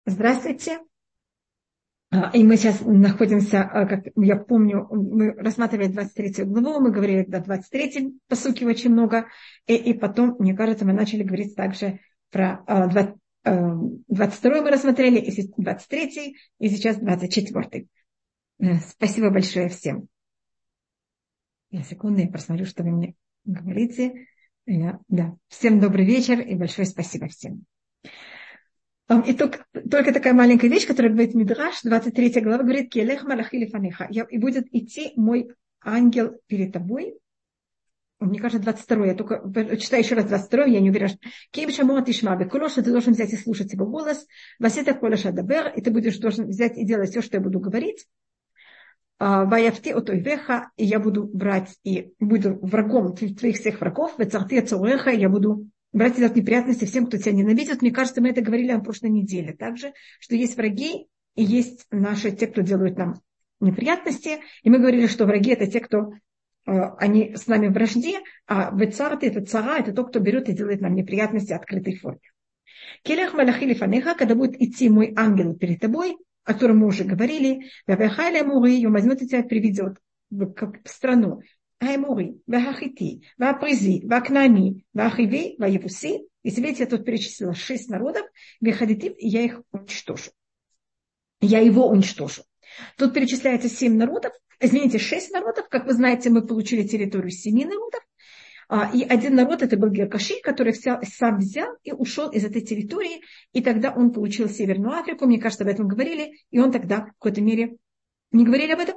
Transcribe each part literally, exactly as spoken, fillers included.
Здравствуйте. И мы сейчас находимся, как я помню, мы рассматривали двадцать третью главу, мы говорили до двадцать третьей пасуки очень много, и, и потом, мне кажется, мы начали говорить также про двадцать вторую мы рассмотрели, и двадцать третий, и сейчас двадцать четвёртый. Спасибо большое всем. Я секунду, я просмотрю, что вы мне говорите. Я, да. Всем добрый вечер и большое спасибо всем. И только, только такая маленькая вещь, которая говорит Мидраш, двадцать третья глава, говорит, «Келех малахи лифанеха», и будет идти мой ангел перед тобой. Мне кажется, двадцать второй, я только читаю еще раз двадцать второй, я не уверена, что «Кейб шамот ишма бекулош», ты должен взять и слушать его голос, «Васета колеш адабер», и ты будешь должен взять и делать все, что я буду говорить, «Ваявти отойвеха», и я буду брать и буду врагом твоих всех врагов, «Вецарти цауреха», я буду брать и делать неприятности всем, кто тебя ненавидит. Мне кажется, мы это говорили на прошлой неделе. Также, что есть враги и есть наши, те, кто делают нам неприятности. И мы говорили, что враги это те, кто э, они с нами в вражде, а вецарты это цара, это тот, кто берет и делает нам неприятности в открытой форме. Келех малахи лифанеха, когда будет идти мой ангел перед тобой, о котором мы уже говорили, вавехайля мури, он возьмет и тебя приведет в страну. Аймури, Вахахити, Вапризи, Вакнани, Вахиви, Ваевуси. И себе я тут перечислила шесть народов, Вехадитив, и я их уничтожу. Я его уничтожу. Тут перечисляется семь народов, извините, шесть народов. Как вы знаете, мы получили территорию семи народов. И один народ, это был Геркаши, который сам взял и ушел из этой территории. И тогда он получил Северную Африку. Мне кажется, об этом говорили. И он тогда в какой-то мере... Не говорили об этом?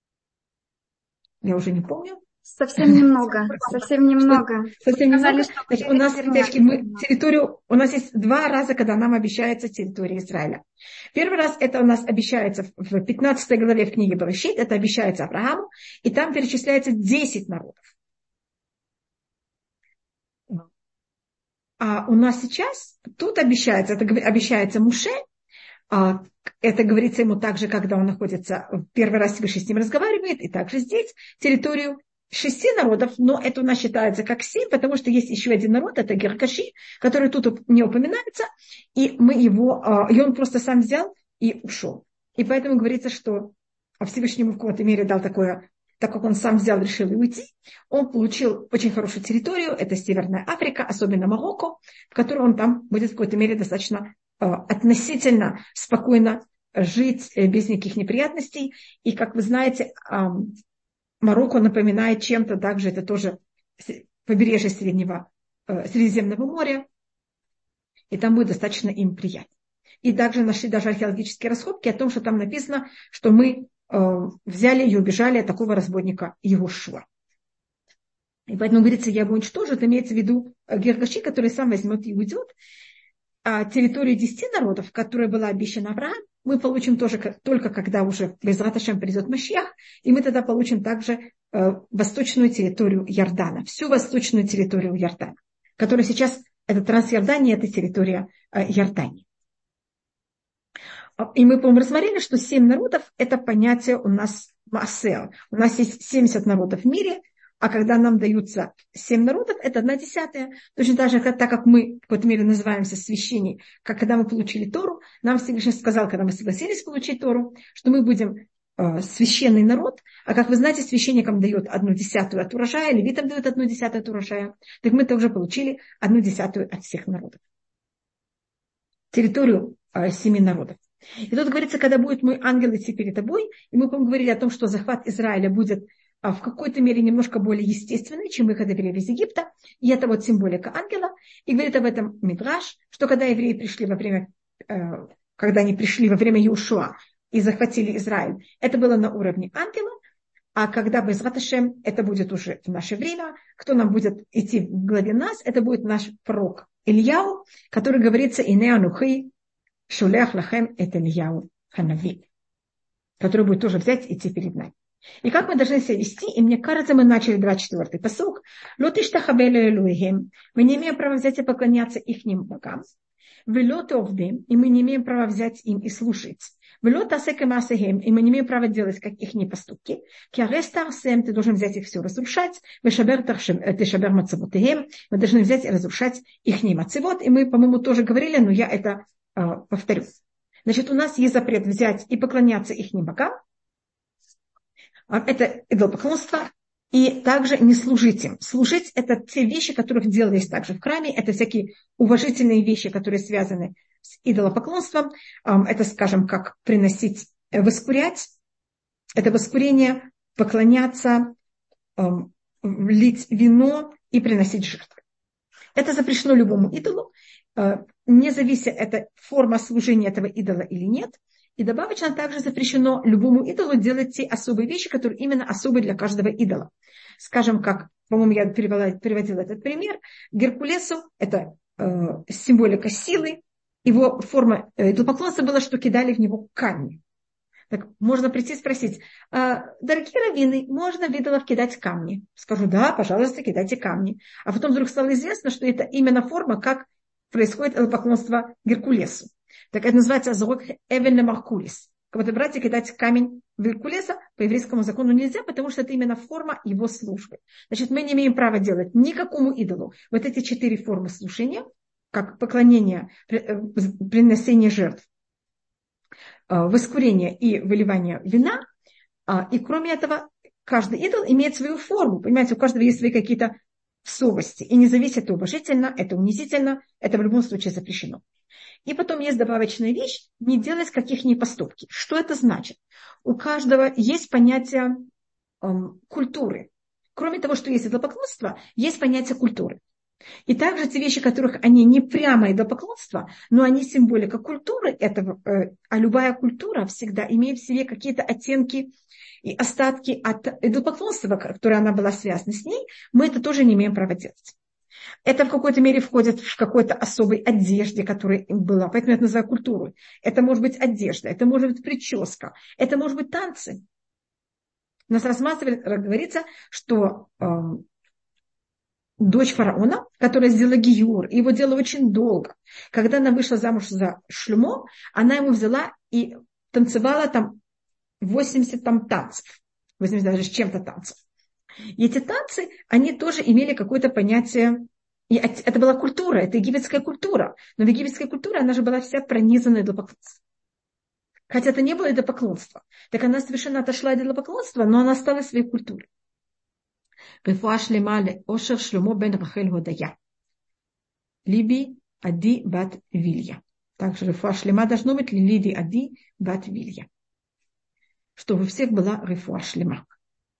Я уже не помню. Совсем немного, совсем немного. Совсем немного. Значит, у нас, девочки, мы территорию, у нас есть два раза, когда нам обещается территория Израиля. Первый раз это у нас обещается в пятнадцатой главе в книге Берешит, это обещается Аврааму, и там перечисляется десять народов. А у нас сейчас, тут обещается, это обещается Муше, это говорится ему также, когда он находится, в первый раз Всевышний с ним разговаривает, и также здесь территорию шести народов, но это у нас считается как семь, потому что есть еще один народ, это Геркаши, который тут не упоминается, и мы его, и он просто сам взял и ушел. И поэтому говорится, что Всевышнему в какой-то мере дал такое, так как он сам взял, решил уйти, он получил очень хорошую территорию, это Северная Африка, особенно Марокко, в которой он там будет в какой-то мере достаточно относительно спокойно жить без никаких неприятностей. И, как вы знаете, Марокко напоминает чем-то также, это тоже побережье Среднего, э, Средиземного моря, и там будет достаточно им приятно. И также нашли даже археологические раскопки о том, что там написано, что мы э, взяли и убежали от такого разбойника Йеошуа. И поэтому говорится, я его уничтожу, это имеется в виду Геркаши, который сам возьмет и уйдет. А территорию десяти народов, которая была обещана Авраам, мы получим тоже только когда уже Безрат Ашем придет Машиах, и мы тогда получим также э, восточную территорию Иордана, всю восточную территорию Иордана, которая сейчас, это Трансиордания, это территория э, Иордании. И мы, по-моему, рассмотрели, что семь народов, это понятие у нас Маасеа. У нас есть семьдесят народов в мире, а когда нам даются семь народов, это одна десятая. Точно так же, как, так как мы в какой-то мере называемся священней, как когда мы получили Тору, нам Всевышний сказал, когда мы согласились получить Тору, что мы будем э, священный народ, а как вы знаете, священникам дают одну десятую от урожая, левитам дают одну десятую от урожая, так мы тоже получили одну десятую от всех народов. Территорию э, семи народов. И тут говорится, когда будет мой ангел идти перед тобой, и мы, по-моему, говорили о том, что захват Израиля будет в какой-то мере немножко более естественный, чем выход евреев из Египта. И это вот символика ангела. И говорит об этом Мидраш, что когда евреи пришли во время, э, когда они пришли во время Йеошуа и захватили Израиль, это было на уровне ангела. А когда Безрат Ашем, это будет уже в наше время, кто нам будет идти в главе нас, это будет наш пророк Ильяу, который говорится «Ине анухи шулях лахем эт Ильяу ханави», который будет тоже взять и идти перед нами. И как мы должны себя вести, и мне кажется, мы начали двадцать четвёртый пасук. Лотиштахабелю элуихем. Мы не имеем права взять и поклоняться ихним богам. Велотовдем, и мы не имеем права взять им и слушать. Велотасекемасехем, и мы не имеем права делать как ихние поступки. Киарестарсем, ты должен взять их все разрушать. Вешабер тешабер мацавотехем, мы должны взять и разрушать ихние мацавот. И мы, по-моему, тоже говорили, но я это э, повторю. Значит, у нас есть запрет взять и поклоняться их богам. Это идолопоклонство. И также не служить им. Служить – это те вещи, которых делались также в храме. Это всякие уважительные вещи, которые связаны с идолопоклонством. Это, скажем, как приносить, воскурять. Это воскурение, поклоняться, лить вино и приносить жертвы. Это запрещено любому идолу, не завися, это форма служения этого идола или нет. И добавочно также запрещено любому идолу делать те особые вещи, которые именно особые для каждого идола. Скажем, как, по-моему, я перевела, переводила этот пример, Геркулесу, это э, символика силы, его форма э, идолопоклонства была, что кидали в него камни. Так можно прийти и спросить: а, дорогие раввины, можно в идолов кидать камни? Скажу: да, пожалуйста, кидайте камни. А потом вдруг стало известно, что это именно форма, как происходит идолопоклонство Геркулесу. Так это называется «Азорок Эвель Маркулис». Как будто брать и кидать камень в Геркулеса по еврейскому закону нельзя, потому что это именно форма его службы. Значит, мы не имеем права делать никакому идолу вот эти четыре формы служения, как поклонение, приношение жертв, воскурение и выливание вина. И кроме этого, каждый идол имеет свою форму. Понимаете, у каждого есть свои какие-то совести. И не зависит, это уважительно, это унизительно, это в любом случае запрещено. И потом есть добавочная вещь: не делать каких-нибудь поступки. Что это значит? У каждого есть понятие эм, культуры. Кроме того, что есть идолопоклонство, есть понятие культуры. И также те вещи, которых они не прямо идолопоклонство, но они символика культуры этого. Э, а любая культура всегда имеет в себе какие-то оттенки и остатки от идолопоклонства, которое она была связана с ней. Мы это тоже не имеем права делать. Это в какой-то мере входит в какой-то особой одежде, которая им была. Поэтому я это называю культурой. Это может быть одежда, это может быть прическа, это может быть танцы. У нас рассматривается, говорится, что э, дочь фараона, которая сделала гиюр, его делала очень долго. Когда она вышла замуж за Шломо, она ему взяла и танцевала там восемьдесят там, танцев. восемьдесят даже с чем-то танцев. И эти танцы, они тоже имели какое-то понятие. И это была культура, это египетская культура. Но в египетской культуре она же была вся пронизана идолопоклонством. Хотя это не было идолопоклонство. Так она совершенно отошла от идолопоклонства, но она осталась своей культурой. Рефуа шлема ле Ошер Шломо бен Рахель Годая. Либи Ади бат Вилья. Также рефуа шлема должно быть Лиди Ади бат Вилья. Чтобы у всех была рефуа шлема.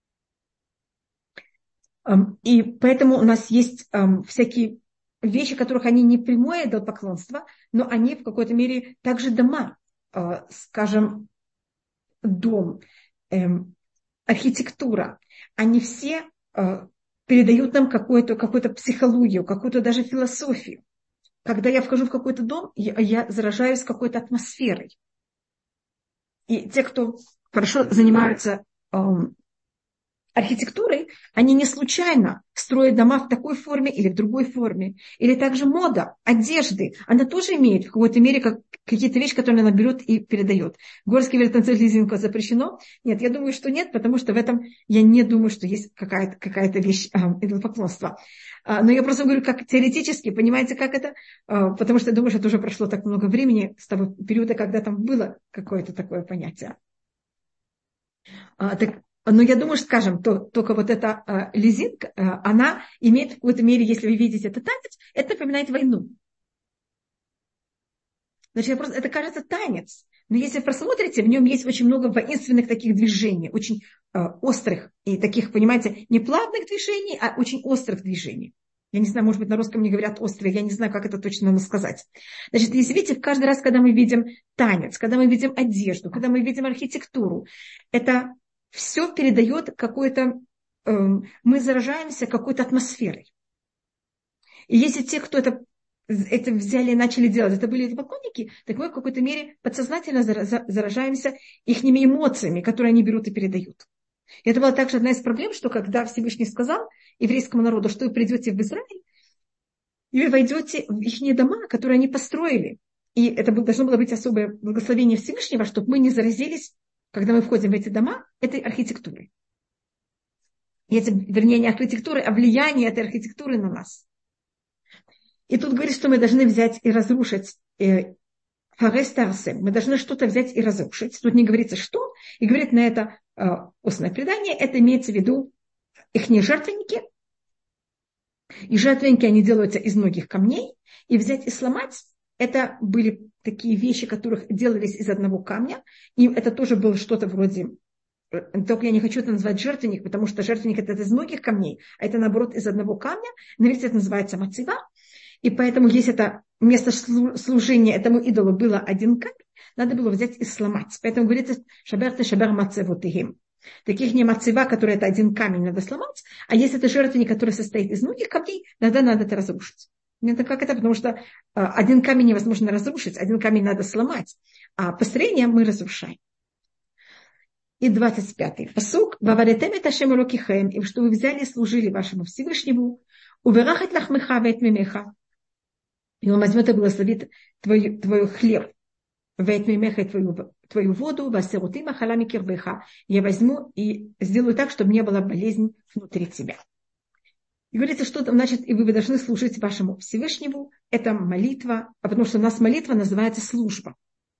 И поэтому у нас есть um, всякие вещи, которых они не прямое идолопоклонство, но они в какой-то мере также дома, uh, скажем, дом, um, архитектура. Они все uh, передают нам какую-то, какую-то психологию, какую-то даже философию. Когда я вхожу в какой-то дом, я, я заражаюсь какой-то атмосферой. И те, кто хорошо занимаются um, архитектурой, они не случайно строят дома в такой форме или в другой форме. Или также мода, одежды, она тоже имеет в какой-то мере как, какие-то вещи, которые она берет и передает. Горский вертанцевый лизинг запрещено? Нет, я думаю, что нет, потому что в этом я не думаю, что есть какая-то, какая-то вещь э, идолопоклонства. А, но я просто говорю, как теоретически, понимаете, как это? А, потому что я думаю, что это уже прошло так много времени с того периода, когда там было какое-то такое понятие. А, так, но я думаю, что, скажем, то, только вот эта э, лизинг, э, она имеет в какой-то мере, если вы видите этот танец, это напоминает войну. Значит, я просто, это кажется танец. Но если вы просмотрите, в нем есть очень много воинственных таких движений, очень э, острых и таких, понимаете, не плавных движений, а очень острых движений. Я не знаю, может быть, на русском не говорят острые, я не знаю, как это точно надо сказать. Значит, если видите, каждый раз, когда мы видим танец, когда мы видим одежду, когда мы видим архитектуру, это все передает какое-то, э, мы заражаемся какой-то атмосферой. И если те, кто это, это взяли и начали делать, это были поклонники, так мы в какой-то мере подсознательно заражаемся их эмоциями, которые они берут и передают. И это была также одна из проблем, что когда Всевышний сказал еврейскому народу, что вы придете в Израиль, и вы войдете в их дома, которые они построили. И это должно было быть особое благословение Всевышнего, чтобы мы не заразились, когда мы входим в эти дома, этой архитектурой. И это, вернее, не архитектуры, а влияние этой архитектуры на нас. И тут говорит, что мы должны взять и разрушить э, фарестарсем. Мы должны что-то взять и разрушить. Тут не говорится что. И говорит на это э, устное предание. Это имеется в виду их жертвенники. И жертвенники, они делаются из многих камней. И взять и сломать, это были такие вещи, которых делались из одного камня. И это тоже было что-то вроде... Только я не хочу это назвать жертвенник, потому что жертвенник это из многих камней, а это наоборот из одного камня. На иврите это называется мацива. И поэтому, если это место служения этому идолу было один камень, надо было взять и сломать. Поэтому говорится шабер те шабер мацевотихим. Таких не мацива, который это один камень, надо сломать. А если это жертвенник, который состоит из многих камней, тогда надо это разрушить. Это как это? Потому что один камень невозможно разрушить, один камень надо сломать. А построение мы разрушаем. И двадцать пятый пасук. Ваваритем это Ашем Элокихем, и что вы взяли и служили вашему Всевышнему. Уверахат лахмеха вет мимеха. И он возьмет и благословит твой, твой хлеб. Вет мимеха и твою, твою воду. Васерути махалами кирбеха. Я возьму и сделаю так, чтобы не была болезнь внутри тебя. И говорится, что значит, и вы должны служить вашему Всевышнему. Это молитва, потому что у нас молитва называется служба.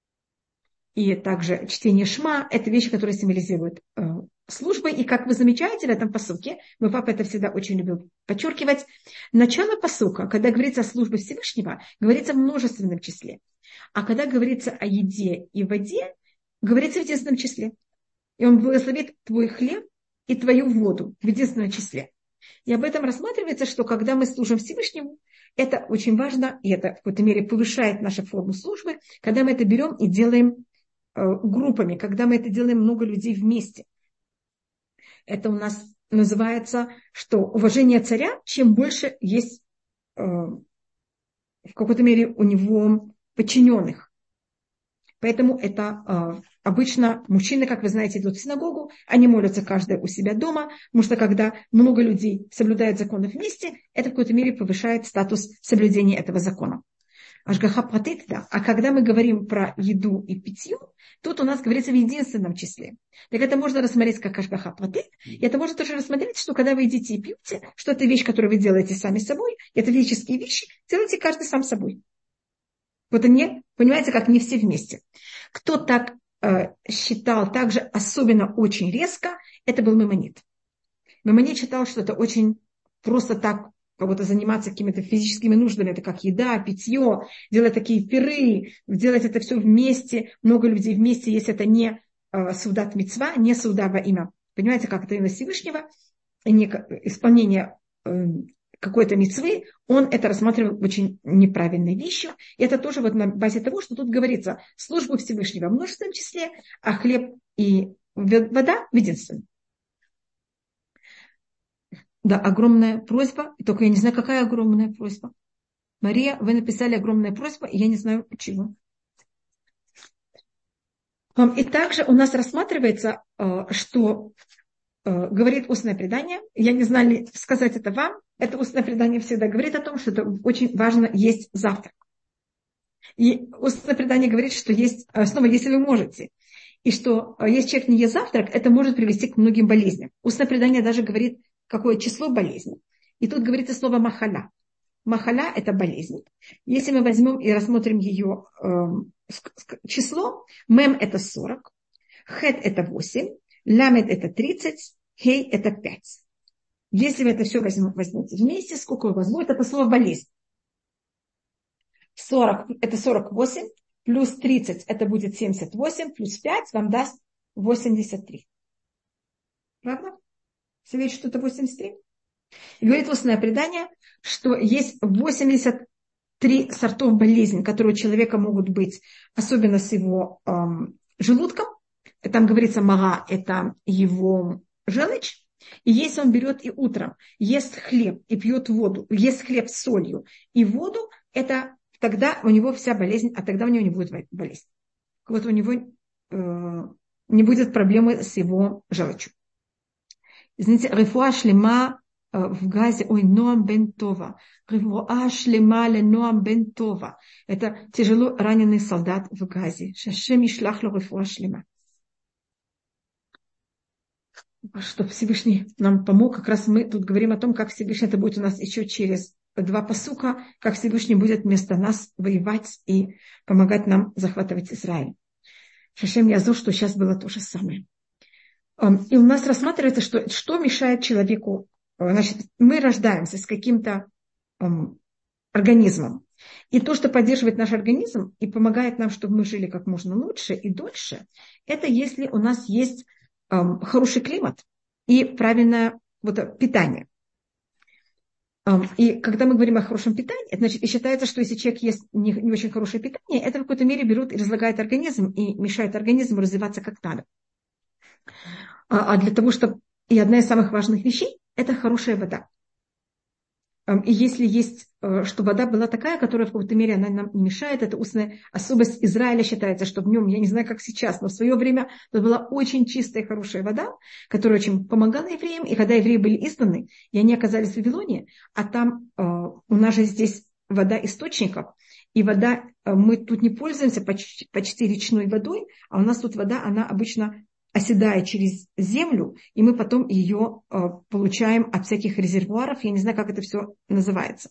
И также чтение шма – это вещи, которые символизируют э, службы. И как вы замечаете в этом пасуке, мой папа это всегда очень любил подчеркивать, начало пасука, когда говорится о службе Всевышнего, говорится в множественном числе. А когда говорится о еде и воде, говорится в единственном числе. И он благословит твой хлеб и твою воду в единственном числе. И об этом рассматривается, что когда мы служим Всевышнему, это очень важно, и это в какой-то мере повышает нашу форму службы, когда мы это берем и делаем группами, когда мы это делаем много людей вместе. Это у нас называется, что уважение царя, чем больше есть э, в какой-то мере у него подчиненных. Поэтому это э, обычно мужчины, как вы знаете, идут в синагогу, они молятся каждый у себя дома, потому что когда много людей соблюдают законы вместе, это в какой-то мере повышает статус соблюдения этого закона. Ашгаха пратит, да. А когда мы говорим про еду и питье, тут у нас говорится в единственном числе. Так это можно рассмотреть как ашгаха пратит. И это можно тоже рассмотреть, что когда вы едите и пьете, что это вещь, которую вы делаете сами собой, это физические вещи, делайте каждый сам собой. Вот они, понимаете, как не все вместе. Кто так э, считал также особенно очень резко, это был Маймонид. Маймонид считал, что это очень просто так кого-то заниматься какими-то физическими нуждами, это как еда, питье, делать такие пиры, делать это все вместе, много людей вместе, если это не э, саудат мицва, не сауда во имя, понимаете, как это имя Всевышнего, не исполнение э, какой-то мицвы, он это рассматривал очень неправильной вещью. И это тоже вот на базе того, что тут говорится, службу Всевышнего в множественном числе, а хлеб и вода в единственном. Да, огромная просьба, только я не знаю, какая огромная просьба. Мария, вы написали огромная просьба, и я не знаю почему. И также у нас рассматривается, что говорит устное предание. Я не знаю ли сказать это вам. Это устное предание всегда говорит о том, что это очень важно есть завтрак. И устное предание говорит, что есть, снова, если вы можете, и что если человек не ест завтрак, это может привести к многим болезням. Устное предание даже говорит, какое число болезней. И тут говорится слово махаля. Махаля – это болезнь. Если мы возьмем и рассмотрим ее э, число, мем – это сорок, хет – это восемь, ламед – это тридцать, хей – это пять. Если вы это все возьмем, возьмете вместе, сколько у вас будет, это слово болезнь. сорок – это сорок восемь, плюс тридцать – это будет семьдесят восемь, плюс пять вам даст восемьдесят три. Правда? Все видите, что это восемьдесят три? И говорит устное предание, что есть восемьдесят три сортов болезней, которые у человека могут быть, особенно с его эм, желудком. Там говорится мага, это его желчь. И если он берет и утром ест хлеб и пьет воду, ест хлеб с солью и воду, это тогда у него вся болезнь, а тогда у него не будет болезнь. Вот у него э, не будет проблемы с его желчью. Знаете, рефуа шлема в Газе, ой, Ноам бен Това. Рефуа шлема ле Ноам бен Това. Это тяжело раненый солдат в Газе. Шашем ишлах ло рефуа шлема. Что Всевышний нам помог. Как раз мы тут говорим о том, как Всевышний это будет у нас еще через два пасука, как Всевышний будет вместо нас воевать и помогать нам захватывать Израиль. Шашем Язу, что сейчас было то же самое. И у нас рассматривается, что, что мешает человеку. Значит, мы рождаемся с каким-то um, организмом. И то, что поддерживает наш организм и помогает нам, чтобы мы жили как можно лучше и дольше, это если у нас есть um, хороший климат и правильное вот, питание. Um, и когда мы говорим о хорошем питании, это значит, и считается, что если человек ест не, не очень хорошее питание, это в какой-то мере берут и разлагает организм и мешает организму развиваться как надо. А, а для того, чтобы... И одна из самых важных вещей – это хорошая вода. И если есть, что вода была такая, которая в какой-то мере она нам не мешает, это устная особость Израиля считается, что в нем, я не знаю, как сейчас, но в свое время это была очень чистая, хорошая вода, которая очень помогала евреям. И когда евреи были изгнаны, и они оказались в Вавилоне, а там у нас же здесь вода источников, и вода, мы тут не пользуемся почти, почти речной водой, а у нас тут вода, она обычно оседает через землю, и мы потом ее э, получаем от всяких резервуаров. Я не знаю, как это все называется.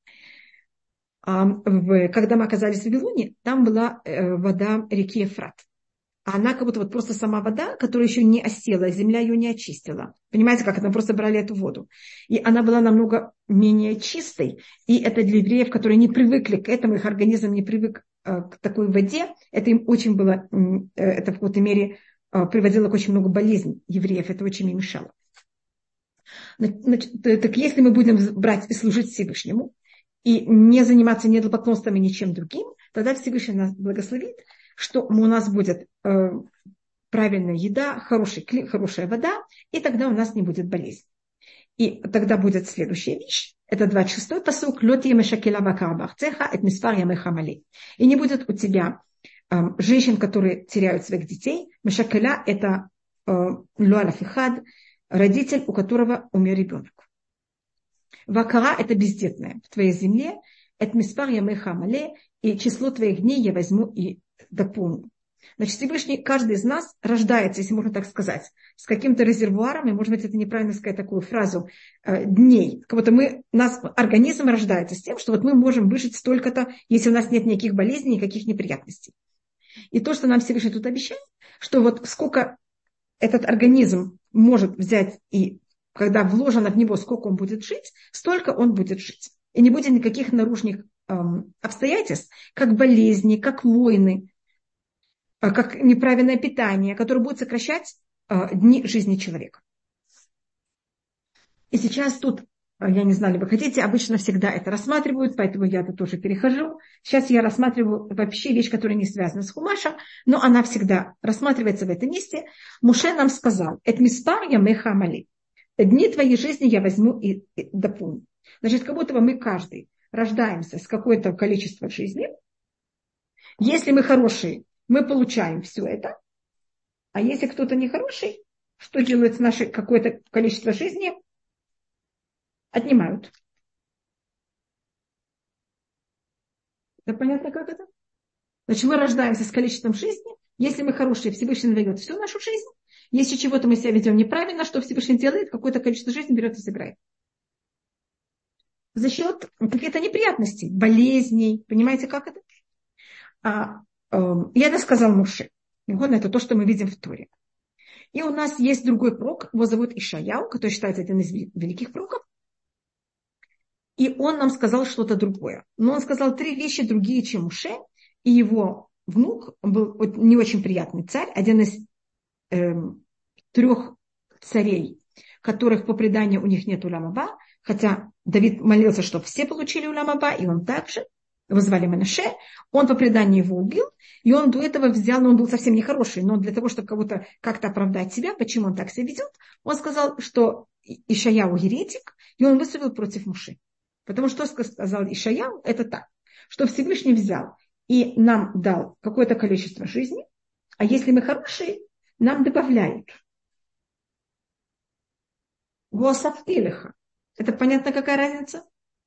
А, в, когда мы оказались в Вавилоне, там была э, вода реки Ефрат. А она как будто вот просто сама вода, которая еще не осела, земля ее не очистила. Понимаете, как это? Просто брали эту воду. И она была намного менее чистой. И это для евреев, которые не привыкли к этому, их организм не привык э, к такой воде. Это им очень было, э, это в какой-то мере приводило к очень много болезней евреев, это очень им мешало. Значит, так если мы будем брать и служить Всевышнему, и не заниматься идолопоклонством и ничем другим, тогда Всевышний нас благословит, что у нас будет э, правильная еда, хороший, хорошая вода, и тогда у нас не будет болезни. И тогда будет следующая вещь. Это двадцать шестой пасук. «Ло тие мешакела бакар бахцеха, эт миспар ямеха мале». И не будет у тебя женщин, которые теряют своих детей. Мешакеля – это луалафихад, родитель, у которого умер ребенок. Вакара – это бездетная. В твоей земле это миспар ямеха мале, и число твоих дней я возьму и дополню. Значит, Всевышний, каждый из нас рождается, если можно так сказать, с каким-то резервуаром, и, может быть, это неправильно сказать такую фразу, э, дней. Как будто мы, нас, организм рождается с тем, что вот мы можем выжить столько-то, если у нас нет никаких болезней, никаких неприятностей. И то, что нам Всевышний тут обещает, что вот сколько этот организм может взять, и когда вложено в него, сколько он будет жить, столько он будет жить. И не будет никаких наружных эм, обстоятельств, как болезни, как войны, э, как неправильное питание, которое будет сокращать э, дни жизни человека. И сейчас тут, я не знаю, ли вы хотите, обычно всегда это рассматривают, поэтому я тут тоже перехожу. Сейчас я рассматриваю вообще вещь, которая не связана с Хумашем, но она всегда рассматривается в этом месте. Муше нам сказал: «Эт миспар ямеха мали». Дни твоей жизни я возьму и, и дополню. Значит, как будто бы мы каждый рождаемся с какое-то количеством жизни. Если мы хорошие, мы получаем все это. А если кто-то нехороший, что делает с нашей какое-то количество жизни? Отнимают. Да понятно, как это? Значит, мы рождаемся с количеством жизни. Если мы хорошие, Всевышний дает всю нашу жизнь. Если чего-то мы себя ведем неправильно, что Всевышний делает, какое-то количество жизни берет и забирает. За счет каких-то неприятностей, болезней. Понимаете, как это? А, э, и это сказал Муше. Это то, что мы видим в Торе. И у нас есть другой пророк, его зовут Ишаяу, который считается один из великих пророков. И он нам сказал что-то другое. Но он сказал три вещи другие, чем Муше. И его внук, он был не очень приятный царь, один из э, трех царей, которых по преданию у них нет улам аба. Хотя Давид молился, чтобы все получили улам аба, и он также. Его звали Менаше. Он по преданию его убил. И он до этого взял, но он был совсем нехороший, но для того, чтобы кого-то как-то оправдать себя, почему он так себя ведет, он сказал, что Ишаяу еретик, и он выступил против Муше. Потому что, что сказал Ишаяу, это так, что Всевышний взял и нам дал какое-то количество жизни, а если мы хорошие, нам добавляют. Госавтилиха. Это понятно, какая разница?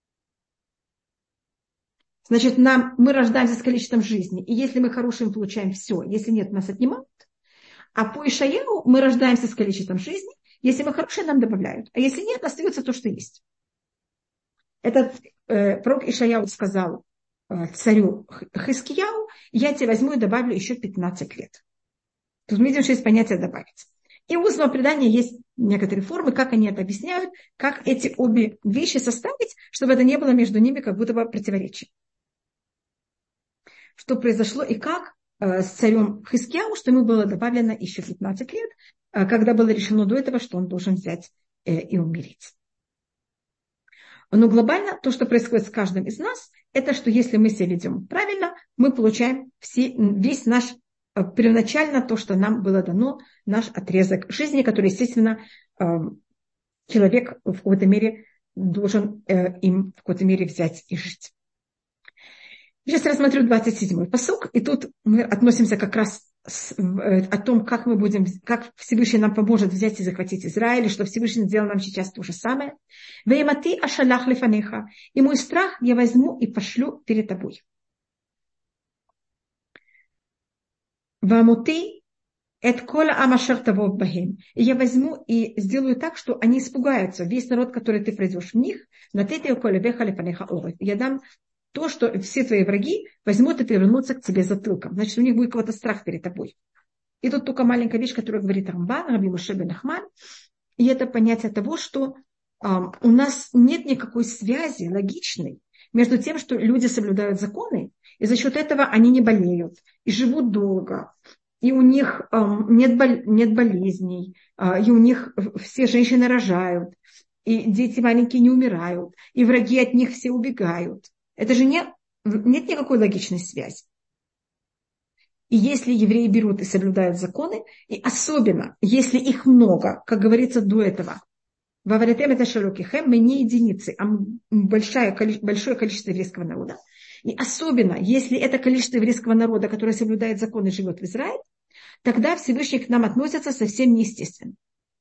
Значит, нам, мы рождаемся с количеством жизни, и если мы хорошие, мы получаем все, если нет, нас отнимают. А по Ишаяу мы рождаемся с количеством жизни, если мы хорошие, нам добавляют, а если нет, остается то, что есть. Этот э, пророк Ишаяу сказал э, царю Хискияу: я тебе возьму и добавлю еще пятнадцать лет. Тут мы видим, что есть понятие «добавить». И у устного предания есть некоторые формы, как они это объясняют, как эти обе вещи составить, чтобы это не было между ними как будто бы противоречия. Что произошло и как э, с царем Хискияу, что ему было добавлено еще пятнадцать лет, э, когда было решено до этого, что он должен взять э, и умереть. Но глобально то, что происходит с каждым из нас, это что если мы себя ведем правильно, мы получаем все, весь наш э, первоначально то, что нам было дано, наш отрезок жизни, который, естественно, э, человек в какой-то мере должен э, им в какой-то мере взять и жить. Сейчас рассмотрю двадцать седьмой пасук, и тут мы относимся как раз с, э, о том, как мы будем, как Всевышний нам поможет взять и захватить Израиль, и что Всевышний сделал нам сейчас то же самое. «Ваимати ашалах лефанеха», и мой страх я возьму и пошлю перед тобой. «Вамути эт кола амашер тавов бахем», и я возьму и сделаю так, что они испугаются, весь народ, который ты пройдешь в них, «натете кола веха лефанеха орет», я дам то, что все твои враги возьмут и повернутся к тебе затылком. Значит, у них будет какой-то страх перед тобой. И тут только маленькая вещь, которую говорит Рамбан, Раби Моше бен Нахман. И это понятие того, что э, у нас нет никакой связи логичной между тем, что люди соблюдают законы, и за счет этого они не болеют, и живут долго, и у них э, нет, бол- нет болезней, э, и у них все женщины рожают, и дети маленькие не умирают, и враги от них все убегают. Это же не, нет никакой логичной связи. И если евреи берут и соблюдают законы, и особенно, если их много, как говорится до этого, «Ваваритем это широкихем», мы не единицы, а большое, большое количество еврейского народа. И особенно, если это количество еврейского народа, которое соблюдает законы, живет в Израиле, тогда Всевышний к нам относится совсем неестественно.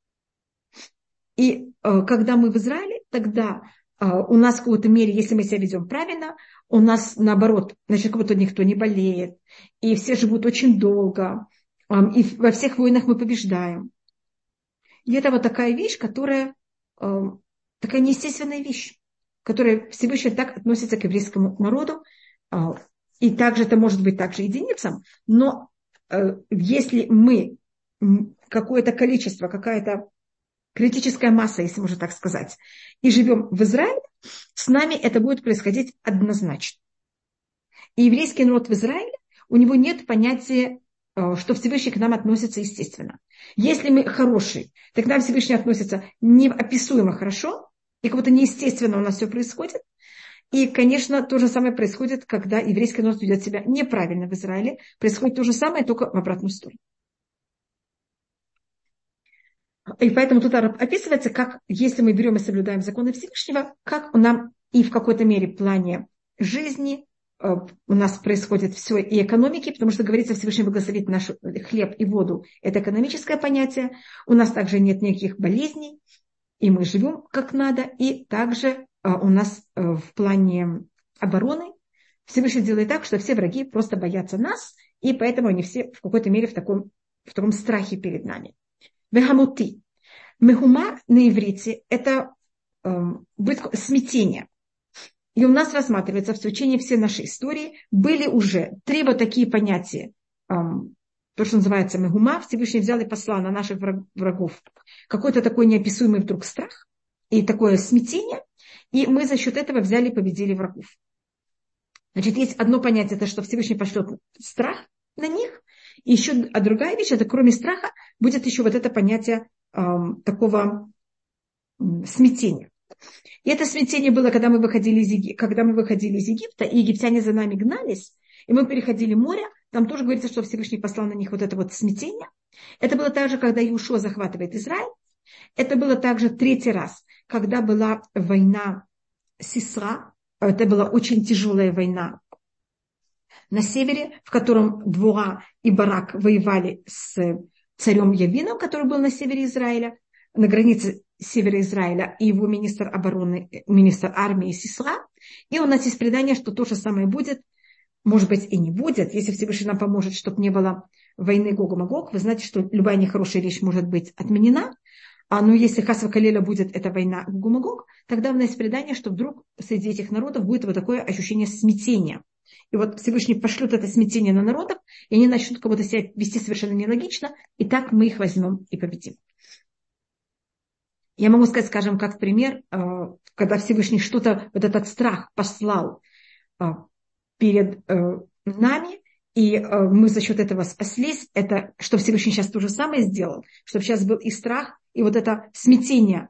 И э, когда мы в Израиле, тогда у нас в какой-то мере, если мы себя ведем правильно, у нас наоборот, значит, как будто никто не болеет, и все живут очень долго, и во всех войнах мы побеждаем. И это вот такая вещь, которая, такая неестественная вещь, которая Всевышний так относится к еврейскому народу, и также это может быть также единицам, но если мы какое-то количество, какая-то критическая масса, если можно так сказать, и живем в Израиле, с нами это будет происходить однозначно. И еврейский народ в Израиле, у него нет понятия, что Всевышний к нам относится естественно. Если мы хорошие, то к нам Всевышний относится неописуемо хорошо, и как будто неестественно у нас все происходит. И, конечно, то же самое происходит, когда еврейский народ ведет себя неправильно в Израиле. Происходит то же самое, только в обратную сторону. И поэтому тут описывается, как, если мы берем и соблюдаем законы Всевышнего, как нам и в какой-то мере в плане жизни э, у нас происходит все и экономики, потому что говорится, Всевышний благословит наш хлеб и воду. Это экономическое понятие. У нас также нет никаких болезней, и мы живем как надо. И также э, у нас э, в плане обороны Всевышний делает так, что все враги просто боятся нас, и поэтому они все в какой-то мере в таком, в таком страхе перед нами. Вехамути. Мехума на иврите – это э, смятение. И у нас рассматривается в течение всей нашей истории были уже три вот такие понятия. Э, то, что называется мехума, Всевышний взял и послал на наших врагов какой-то такой неописуемый вдруг страх и такое смятение. И мы за счет этого взяли и победили врагов. Значит, есть одно понятие, это что Всевышний пошлет страх на них. И еще, а другая вещь, это кроме страха, будет еще вот это понятие э, такого э, смятения. И это смятение было, когда мы, выходили из Еги... когда мы выходили из Египта, и египтяне за нами гнались, и мы переходили море, там тоже говорится, что Всевышний послал на них вот это вот смятение. Это было также, когда Иошуа захватывает Израиль. Это было также третий раз, когда была война Сисра. Это была очень тяжелая война на севере, в котором Двора и Барак воевали с царем Явином, который был на севере Израиля, на границе севера Израиля, и его министр обороны, министр армии Сисра. И у нас есть предание, что то же самое будет, может быть, и не будет, если Всевышний нам поможет, чтобы не было войны Гог и Магог. Вы знаете, что любая нехорошая вещь может быть отменена. А ну, если Хас ва-Калеля будет эта война Гуг-Магог, тогда у нас есть предание, что вдруг среди этих народов будет вот такое ощущение смятения. И вот Всевышний пошлет это смятение на народов, и они начнут как будто себя вести совершенно нелогично, и так мы их возьмем и победим. Я могу сказать, скажем, как пример, когда Всевышний что-то, вот этот страх послал перед нами, и мы за счет этого спаслись, это что Всевышний сейчас то же самое сделал, чтобы сейчас был и страх, и вот это смятение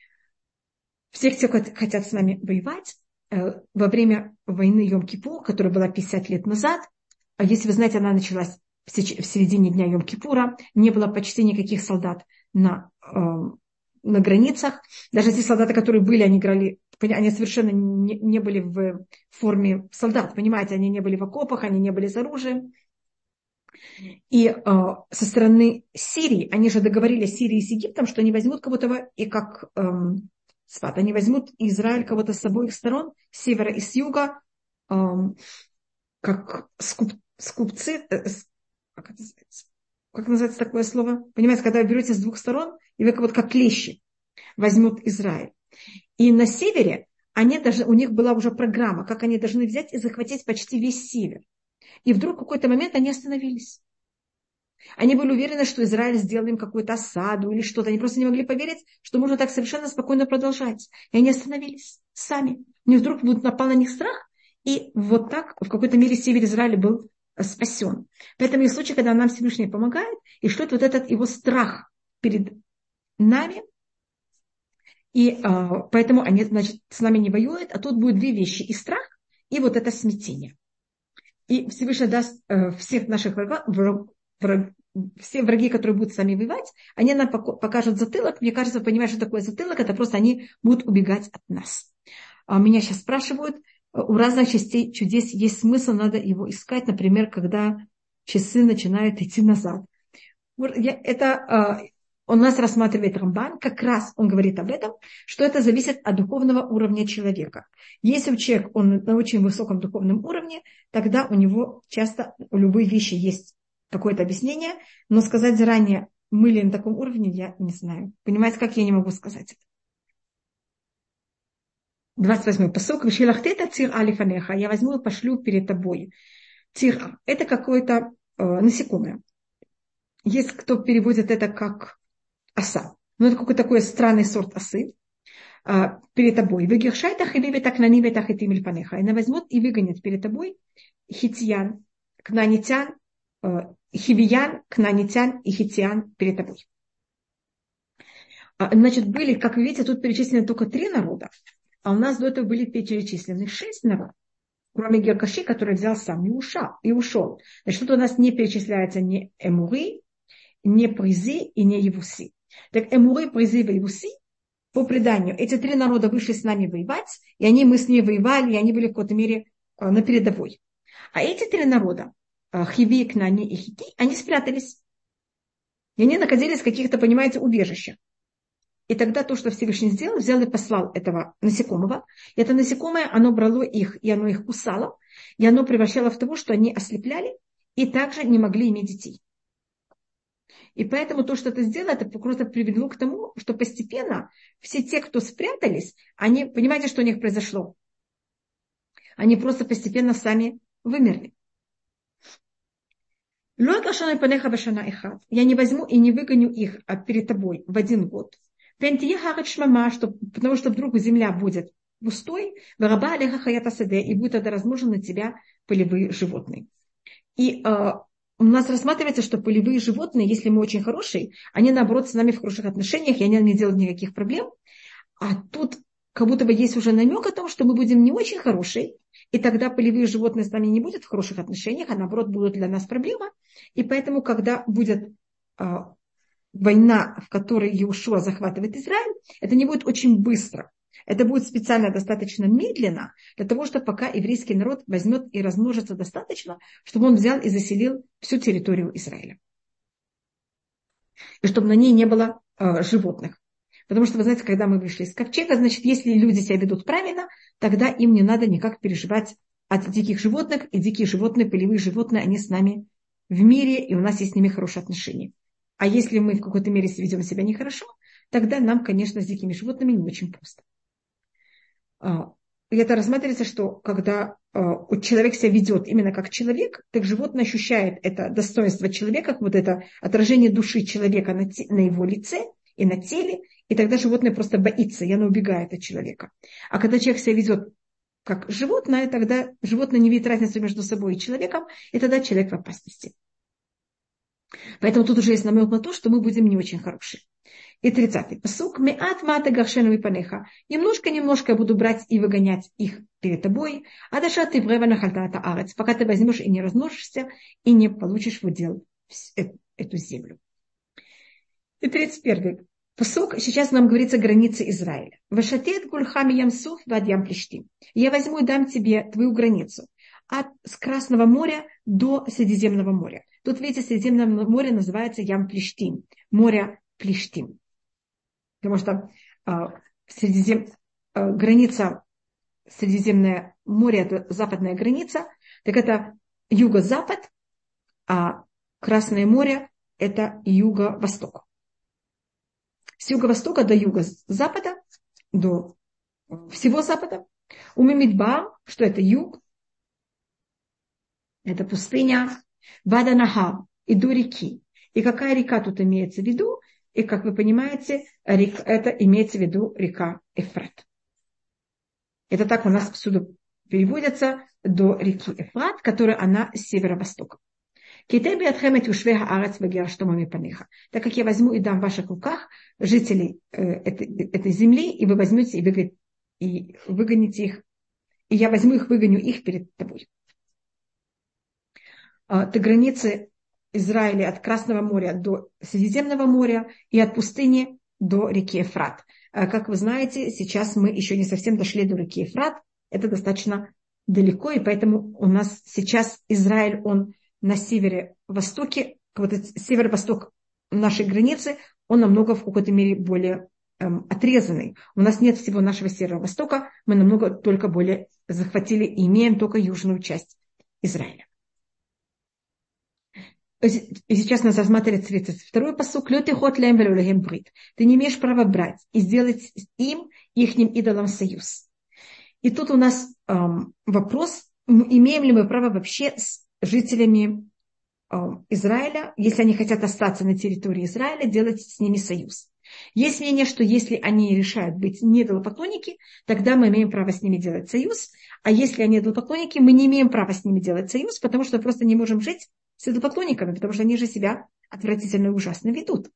всех, кто хотят с нами воевать. Во время войны Йом-Кипур, которая была пятьдесят лет назад, а если вы знаете, она началась в середине дня Йом-Кипура, не было почти никаких солдат на, на границах. Даже те солдаты, которые были, они играли, они совершенно не, не были в форме солдат, понимаете, они не были в окопах, они не были с оружием. И э, со стороны Сирии, они же договорились Сирии с Египтом, что они возьмут кого-то, и как эм, сват, они возьмут Израиль кого-то с обоих сторон, с севера и с юга, эм, как скуп, скупцы, э, как, это называется? Как называется такое слово? Понимаете, когда вы берете с двух сторон, и вы вот как клещи возьмут Израиль. И на севере они даже, у них была уже программа, как они должны взять и захватить почти весь север. И вдруг в какой-то момент они остановились. Они были уверены, что Израиль сделал им какую-то осаду или что-то. Они просто не могли поверить, что можно так совершенно спокойно продолжать. И они остановились сами. И вдруг напал на них страх. И вот так в какой-то мере север Израиля был спасен. Поэтому есть случаи, когда нам Всевышний помогает и шлет вот этот его страх перед нами. И а, поэтому они, значит, с нами не воюют. А тут будет две вещи. И страх, и вот это смятение. И Всевышний даст э, всех наших врагов, враг, все враги, которые будут с нами воевать, они нам покажут затылок. Мне кажется, понимаешь, что такое затылок? Это просто они будут убегать от нас. А меня сейчас спрашивают, у разных частей чудес есть смысл, надо его искать. Например, когда часы начинают идти назад. Это у нас рассматривает Рамбан, как раз он говорит об этом, что это зависит от духовного уровня человека. Если человек он на очень высоком духовном уровне, тогда у него часто у любой вещи есть какое-то объяснение, но сказать заранее, мы ли на таком уровне, я не знаю. Понимаете, как я не могу сказать это? двадцать восьмой пасук. Вишилахтета цир алифанеха. Я возьму и пошлю перед тобой. Цир. Это какое-то э, насекомое. Есть кто переводит это как оса. Но это какой-то такой странный сорт осы. Э, перед тобой. Вегершайтах и вивитах на нивитах и тимильпанеха. Она возьмет и выгонит перед тобой хитьян, кнанитян, э, хивиян, кнанитян и хитьян перед тобой. Значит, были, как вы видите, тут перечислены только три народа. А у нас до этого были перечислены шесть народов, кроме Геркаши, который взял сам и ушел. И ушел. Значит, тут у нас не перечисляется ни Эмури, ни Призи и ни Евуси. Так Эмури, Призи и Евуси, по преданию, эти три народа вышли с нами воевать, и они, мы с ними воевали, и они были в какой-то мере на передовой. А эти три народа, Хиви, Кнани и Хити, они спрятались. И они находились в каких-то, понимаете, убежищах. И тогда то, что Всевышний сделал, взял и послал этого насекомого. И это насекомое, оно брало их, и оно их кусало. И оно превращало в того, что они ослепляли, и также не могли иметь детей. И поэтому то, что это сделало, это просто привело к тому, что постепенно все те, кто спрятались, они, понимаете, что у них произошло? Они просто постепенно сами вымерли. Я не возьму и не выгоню их перед тобой в один год. Потому что вдруг земля будет пустой, и будет тогда размножены на тебя полевые животные. И э, у нас рассматривается, что полевые животные, если мы очень хорошие, они наоборот с нами в хороших отношениях, и они не делают никаких проблем. А тут как будто бы есть уже намек о том, что мы будем не очень хорошие, и тогда полевые животные с нами не будут в хороших отношениях, а наоборот будут для нас проблема. И поэтому, когда будет э, война, в которой Иешуа захватывает Израиль, это не будет очень быстро. Это будет специально достаточно медленно, для того, чтобы пока еврейский народ возьмет и размножится достаточно, чтобы он взял и заселил всю территорию Израиля. И чтобы на ней не было э, животных. Потому что, вы знаете, когда мы вышли из ковчега, значит, если люди себя ведут правильно, тогда им не надо никак переживать от диких животных. И дикие животные, полевые животные, они с нами в мире, и у нас есть с ними хорошие отношения. А если мы в какой-то мере ведем себя нехорошо, тогда нам, конечно, с дикими животными не очень просто. И это рассматривается, что когда человек себя ведет именно как человек, так животное ощущает это достоинство человека, вот это отражение души человека на, те, на его лице и на теле, и тогда животное просто боится, и оно убегает от человека. А когда человек себя ведет как животное, тогда животное не видит разницы между собой и человеком, и тогда человек в опасности. Поэтому тут уже есть намек на то, что мы будем не очень хорошие. И тридцатый пасук. Меат мата гаршену и панеха. Немножко-немножко я буду брать и выгонять их перед тобой. А даша ты брева нахальтата арец. Пока ты возьмешь и не размножишься, и не получишь в удел эту землю. И тридцать первый пасук. Сейчас нам говорится граница Израиля. Вашатет гульхами ямсуф вад ям плештим. Я возьму и дам тебе твою границу. От с Красного моря до Средиземного моря. Тут, видите, Средиземное море называется Ям Плештим. Море Плештим. Потому что э, Средизем, э, граница Средиземное море, это западная граница, так это юго-запад, а Красное море это юго-восток. С юго-востока до юго-запада, до всего запада. У Мимидбар, что это юг, это пустыня, Вада Нахар, и до реки. И какая река тут имеется в виду? И, как вы понимаете, река, это имеется в виду река Эфрат. Это так у нас всюду переводится до реки Эфрат, которая она с северо-востока. Так как я возьму и дам в ваших руках жителей э, этой, этой земли, и вы возьмете и, выгоните, и выгоните их, и я возьму их, выгоню их перед тобой. До границы Израиля от Красного моря до Средиземного моря и от пустыни до реки Эфрат. Как вы знаете, сейчас мы еще не совсем дошли до реки Эфрат. Это достаточно далеко, и поэтому у нас сейчас Израиль, он на северо-востоке, вот северо-восток нашей границы, он намного в какой-то мере более эм, отрезанный. У нас нет всего нашего северо-востока, мы намного только более захватили и имеем только южную часть Израиля. И сейчас нас рассматривает тридцать второй пасук. Ты не имеешь права брать и сделать им, ихним идолам союз. И тут у нас эм, вопрос, имеем ли мы право вообще с жителями эм, Израиля, если они хотят остаться на территории Израиля, делать с ними союз. Есть мнение, что если они решают быть не идолопоклонники, тогда мы имеем право с ними делать союз. А если они идолопоклонники, мы не имеем права с ними делать союз, потому что просто не можем жить с идолопоклонниками, потому что они же себя отвратительно и ужасно ведут.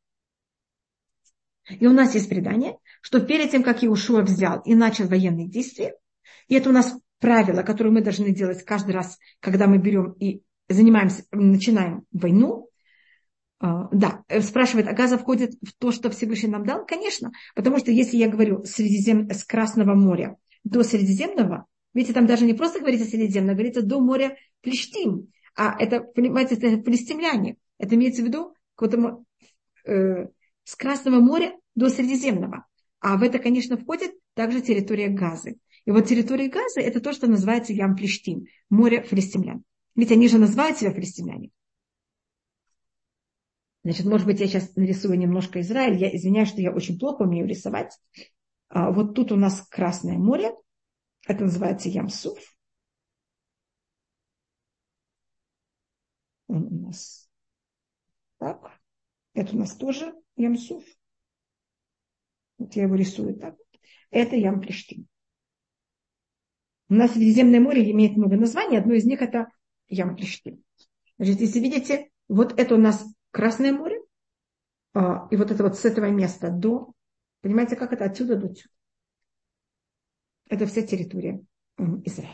И у нас есть предание, что перед тем, как Иошуа взял и начал военные действия, и это у нас правило, которое мы должны делать каждый раз, когда мы берем и занимаемся, начинаем войну. Да, спрашивает, а Газа входит в то, что Всевышний нам дал? Конечно, потому что если я говорю Средизем... с Красного моря до Средиземного, видите, там даже не просто говорится Средиземное, говорится до моря Плештим. А это, понимаете, это палестимляне. Это имеется в виду к э, с Красного моря до Средиземного. А в это, конечно, входит также территория Газы. И вот территория Газы – это то, что называется Ям Плештим, море филистимлян. Ведь они же называют себя филистимляне. Значит, может быть, я сейчас нарисую немножко Израиль. Я извиняюсь, что я очень плохо умею рисовать. А вот тут у нас Красное море. Это называется Ям-Суф. Он у нас так. Это у нас тоже Ям-Суф. Вот я его рисую так. Это Ям-Плештим. У нас Средиземное море имеет много названий. Одно из них это Ям-Плештим. Значит, если видите, вот это у нас Красное море. И вот это вот с этого места до... Понимаете, как это отсюда до сюда? Это вся территория Израиля.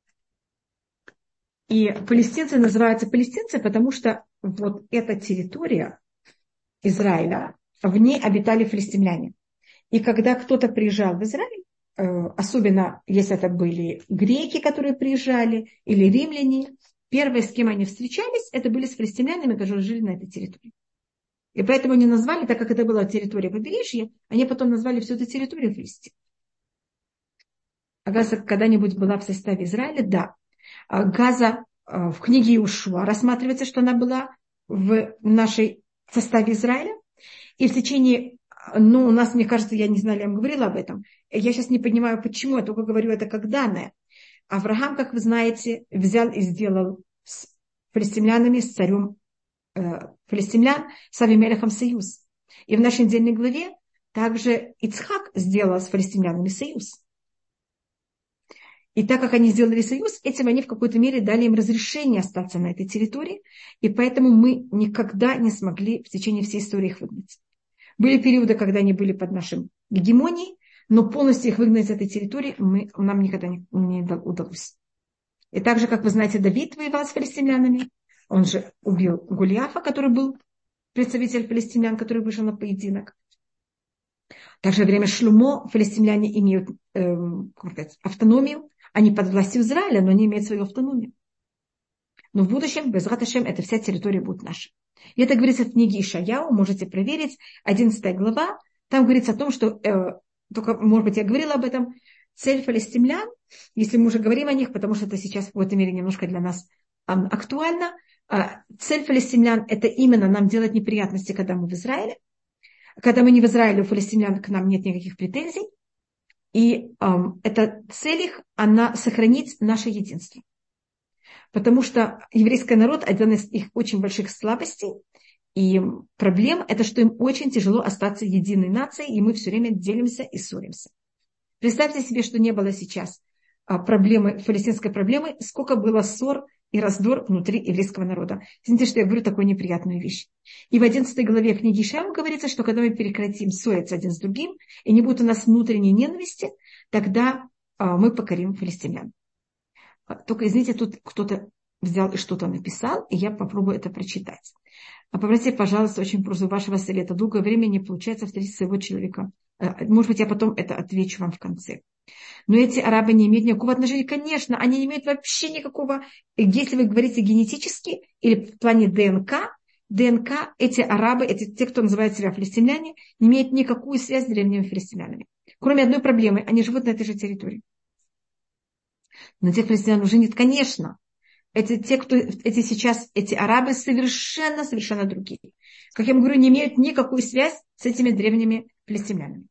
И палестинцы называются палестинцы, потому что вот эта территория Израиля, в ней обитали филистимляне. И когда кто-то приезжал в Израиль, особенно если это были греки, которые приезжали, или римляне, первые, с кем они встречались, это были с филистимлянами, которые жили на этой территории. И поэтому они назвали, так как это была территория побережья, они потом назвали всю эту территорию Филистим. А Газа когда-нибудь была в составе Израиля? Да. А Газа в книге Иошуа рассматривается, что она была в нашей составе Израиля. И в течение Но у нас, мне кажется, я не знаю, я вам говорила об этом. Я сейчас не понимаю, почему, я только говорю это как данное. Авраам, как вы знаете, взял и сделал с филистимлянами, с царем э, филистимлян, с Авимелехом союз. И в нашей недельной главе также Ицхак сделал с филистимлянами союз. И так как они сделали союз, этим они в какой-то мере дали им разрешение остаться на этой территории, и поэтому мы никогда не смогли в течение всей истории их выгнать. Были периоды, когда они были под нашим гегемонией, но полностью их выгнать с этой территории мы, нам никогда не, не удалось. И так же, как вы знаете, Давид воевал с филистимлянами, он же убил Голиафа, который был представитель филистимлян, который вышел на поединок. Также во время Шлумо филистимляне имеют э, как сказать, автономию, они под властью Израиля, но они имеют свою автономию. Но в будущем, без Раташем, эта вся территория будет наша. И это говорится в книге Ишаяу, можете проверить, одиннадцатая глава, там говорится о том, что, э, только, может быть, я говорила об этом, цель филистимлян, если мы уже говорим о них, потому что это сейчас в какой-то мере немножко для нас э, актуально, э, цель филистимлян – это именно нам делать неприятности, когда мы в Израиле. Когда мы не в Израиле, у филистимлян к нам нет никаких претензий. И э, эта цель их, она сохранить наше единство. Потому что еврейский народ, один из их очень больших слабостей и проблем, это что им очень тяжело остаться единой нацией, и мы все время делимся и ссоримся. Представьте себе, что не было сейчас проблемы, палестинской проблемы, сколько было ссор и раздор внутри еврейского народа. Извините, что я говорю такую неприятную вещь. И в одиннадцатой главе книги Ишаяу говорится, что когда мы прекратим ссориться один с другим, и не будет у нас внутренней ненависти, тогда мы покорим филистимлян. Только, извините, тут кто-то взял и что-то написал, и я попробую это прочитать. А попросите, пожалуйста, очень просьбу вашего совета. Долгое время не получается встретить своего человека. Может быть, я потом это отвечу вам в конце. Но эти арабы не имеют никакого отношения. Конечно, они не имеют вообще никакого... Если вы говорите генетически или в плане ДНК, ДНК, эти арабы, эти, те, кто называют себя филистимляне, не имеют никакую связь с древними филистимлянами. Кроме одной проблемы. Они живут на этой же территории. Но тех филистимлян уже нет. Конечно. Эти, те, кто, эти сейчас, эти арабы совершенно, совершенно другие. Как я вам говорю, не имеют никакую связь с этими древними филистимлянами.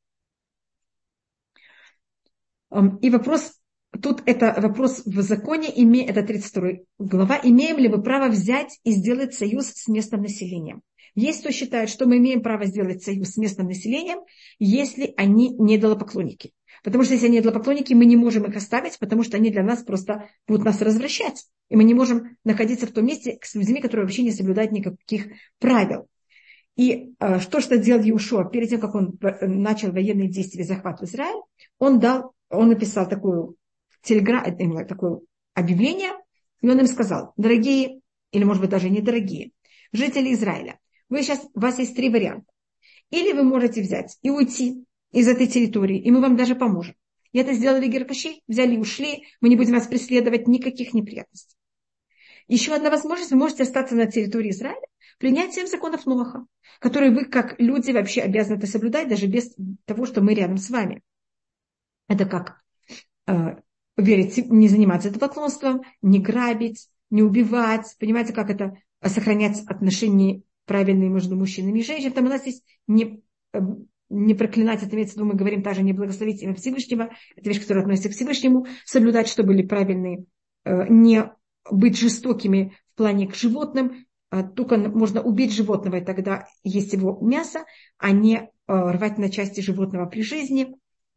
И вопрос, тут это вопрос в законе, это тридцать вторая глава, имеем ли мы право взять и сделать союз с местным населением? Есть кто считает, что мы имеем право сделать союз с местным населением, если они не идолопоклонники. Потому что если они идолопоклонники, мы не можем их оставить, потому что они для нас просто будут нас развращать. И мы не можем находиться в том месте с людьми, которые вообще не соблюдают никаких правил. И э, что, что делал Иешуа перед тем, как он начал военные действия, захват в Израиль, он дал, он написал такую телегра, такое объявление, и он им сказал: дорогие, или может быть даже недорогие, жители Израиля, вы сейчас, у вас есть три варианта. Или вы можете взять и уйти из этой территории, и мы вам даже поможем. И это сделали Геркаши, взяли и ушли, мы не будем вас преследовать, никаких неприятностей. Еще одна возможность, вы можете остаться на территории Израиля, принять семь законов Ноаха, которые вы, как люди, вообще обязаны это соблюдать, даже без того, что мы рядом с вами. Это как э, верить, не заниматься идолопоклонством, не грабить, не убивать, понимаете, как это сохранять отношения правильные между мужчинами и женщинами. Там у нас есть не, э, не проклинать, это имеется в виду, мы говорим также не благословить имя Всевышнего, это вещь, которая относится к Всевышнему, соблюдать, чтобы были правильные, э, не быть жестокими в плане к животным, только можно убить животного, и тогда есть его мясо, а не рвать на части животного при жизни.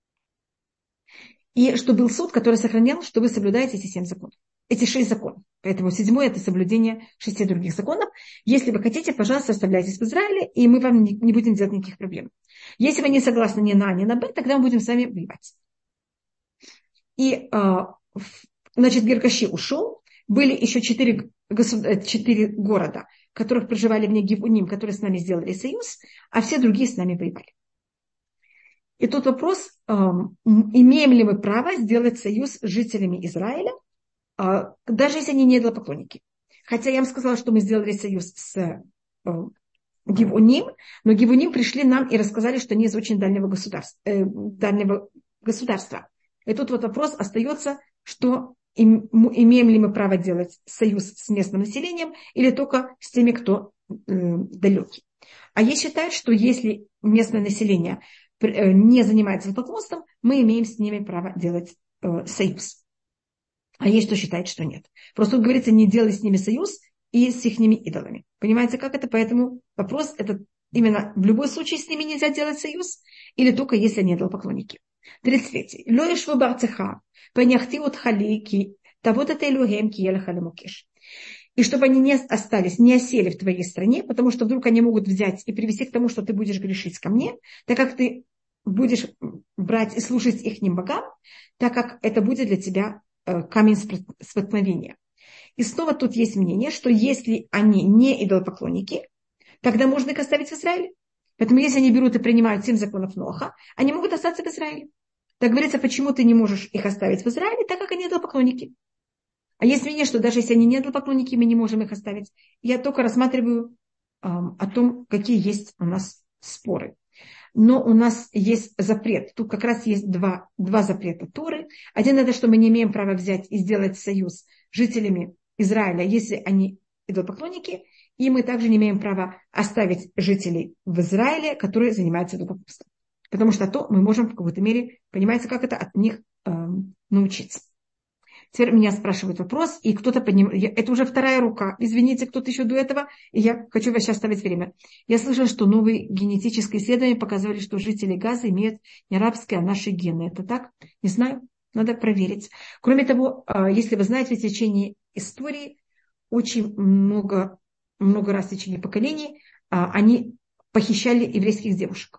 И что был суд, который сохранял, что вы соблюдаете эти семь законов, эти шесть законов. Поэтому седьмой – это соблюдение шести других законов. Если вы хотите, пожалуйста, оставляйтесь в Израиле, и мы вам не будем делать никаких проблем. Если вы не согласны ни на, ни на Б, тогда мы будем с вами воевать. И, значит, Геркаши ушел. Были еще четыре, четыре города, в которых проживали вне Гивуним, которые с нами сделали союз, а все другие с нами воевали. И тут вопрос, имеем ли мы право сделать союз с жителями Израиля, даже если они не идолопоклонники. Хотя я вам сказала, что мы сделали союз с Гивуним, но Гивуним пришли нам и рассказали, что они из очень дальнего государства. Э, дальнего государства. И тут вот вопрос остается, что имеем ли мы право делать союз с местным населением или только с теми, кто э, далекий. А есть считают, что если местное население не занимается идолопоклонством, мы имеем с ними право делать э, союз. А есть кто считает, что нет. Просто тут говорится, не делай с ними союз и с их идолами. Понимаете, как это? Поэтому вопрос это именно в любом случае с ними нельзя делать союз, или только если они идолопоклонники. тридцать третий. Ло ешву баарцеха, пеняхти от халики, тавот это элюгем киелеха лемукеш. И чтобы они не остались, не осели в твоей стране, потому что вдруг они могут взять и привести к тому, что ты будешь грешить ко мне, так как ты будешь брать и слушать их богам, так как это будет для тебя камень споткновения. И снова тут есть мнение, что если они не идолопоклонники, тогда можно их оставить в Израиле. Поэтому если они берут и принимают семь законов Ноаха, они могут остаться в Израиле. Так говорится, почему ты не можешь их оставить в Израиле, так как они идолопоклонники. А есть мнение, что даже если они не идолопоклонники, мы не можем их оставить. Я только рассматриваю эм, о том, какие есть у нас споры. Но у нас есть запрет. Тут как раз есть два, два запрета Торы. Один это, что мы не имеем права взять и сделать союз с жителями Израиля, если они идолопоклонники. И мы также не имеем права оставить жителей в Израиле, которые занимаются идолопоклонством. Потому что то мы можем в какой-то мере, понимаете, как это, от них эм, научиться. Теперь меня спрашивают вопрос, и кто-то поднимает. Это уже вторая рука. Извините, кто-то еще до этого. И я хочу вас сейчас оставить время. Я слышала, что новые генетические исследования показывали, что жители Газа имеют не арабские, а наши гены. Это так? Не знаю. Надо проверить. Кроме того, если вы знаете, в течение истории очень много, много раз в течение поколений они похищали еврейских девушек.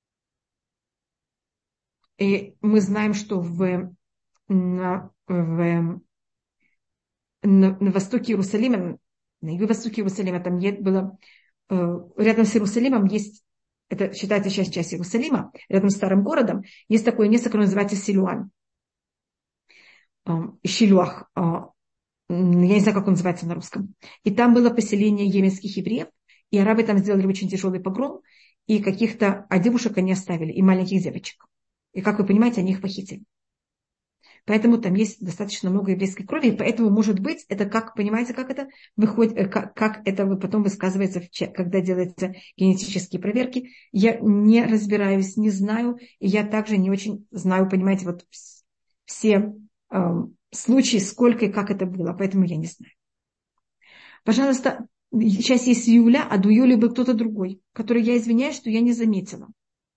И мы знаем, что в на, в, на, на востоке Иерусалима, на юго-востоке Иерусалима, там было, э, рядом с Иерусалимом есть, это считается сейчас часть Иерусалима, рядом с старым городом, есть такое место, которое называется Силуан. Э, Шилуах. Э, я не знаю, как он называется на русском. И там было поселение йеменских евреев, и арабы там сделали очень тяжелый погром, и каких-то, а девушек они оставили, и маленьких девочек. И, как вы понимаете, они их похитили. Поэтому там есть достаточно много еврейской крови, и поэтому, может быть, это как, понимаете, как это выходит, как, как это потом высказывается, когда делаются генетические проверки. Я не разбираюсь, не знаю, и я также не очень знаю, понимаете, вот все э, случаи, сколько и как это было, поэтому я не знаю. Пожалуйста, сейчас есть Юля, а до Юли был кто-то другой, который, я извиняюсь, что я не заметила.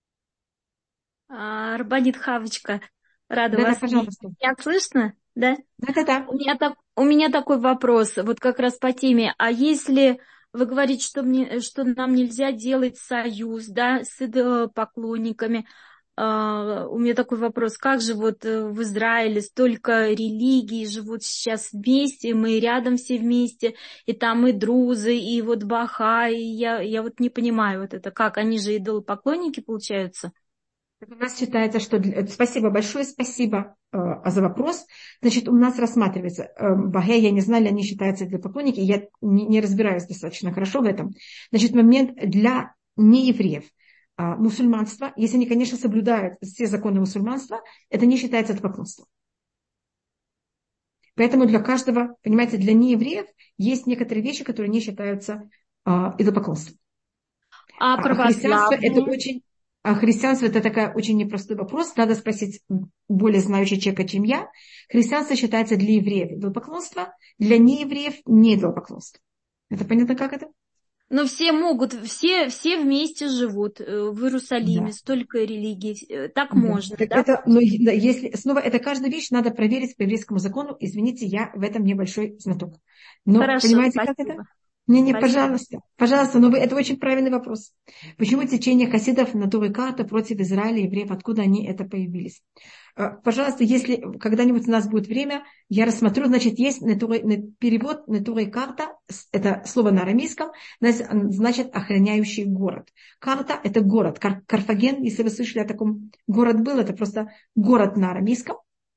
А, Рабанит Хавочка. Рада Да, вас да, пожалуйста. Меня слышно? Да? Да, да, да. У меня, так, у меня такой вопрос, вот как раз по теме. А если вы говорите, что, мне, что нам нельзя делать союз, да, с идолопоклонниками, а, у меня такой вопрос. Как же вот в Израиле столько религий живут сейчас вместе, мы рядом все вместе, и там и друзы, и вот баха, и я, я вот не понимаю вот это, как, они же идолопоклонники получаются? У нас считается, что... Спасибо большое, спасибо э, за вопрос. Значит, у нас рассматривается... Э, Бахе, я не знаю, они считаются для поклонники, я не, не разбираюсь достаточно хорошо в этом. Значит, момент для неевреев. Э, мусульманство, если они, конечно, соблюдают все законы мусульманства, это не считается поклонством. Поэтому для каждого, понимаете, для неевреев есть некоторые вещи, которые не считаются э, идолопоклонством. А, а христианство это очень... А христианство – это такой очень непростой вопрос. Надо спросить более знающего человека, чем я. Христианство считается для евреев идолопоклонство, для неевреев не идолопоклонство. Это понятно, как это? Но все могут, все, все вместе живут в Иерусалиме, да. Столько религий, так да. Можно, так да? Это, но если снова это каждая вещь надо проверить по еврейскому закону. Извините, я в этом небольшой знаток. Но Хорошо, понимаете, спасибо. как это? Не, не, Спасибо. пожалуйста, пожалуйста, но вы, это очень правильный вопрос. Почему течение хасидов на Тур и карта против Израиля и евреев, откуда они это появились? Пожалуйста, если когда-нибудь у нас будет время, я рассмотрю, значит, есть перевод на Тур и карта, это слово на арамейском, значит, охраняющий город. Карта – это город, Кар- Карфаген, если вы слышали о таком, город был, это просто город на арамейском.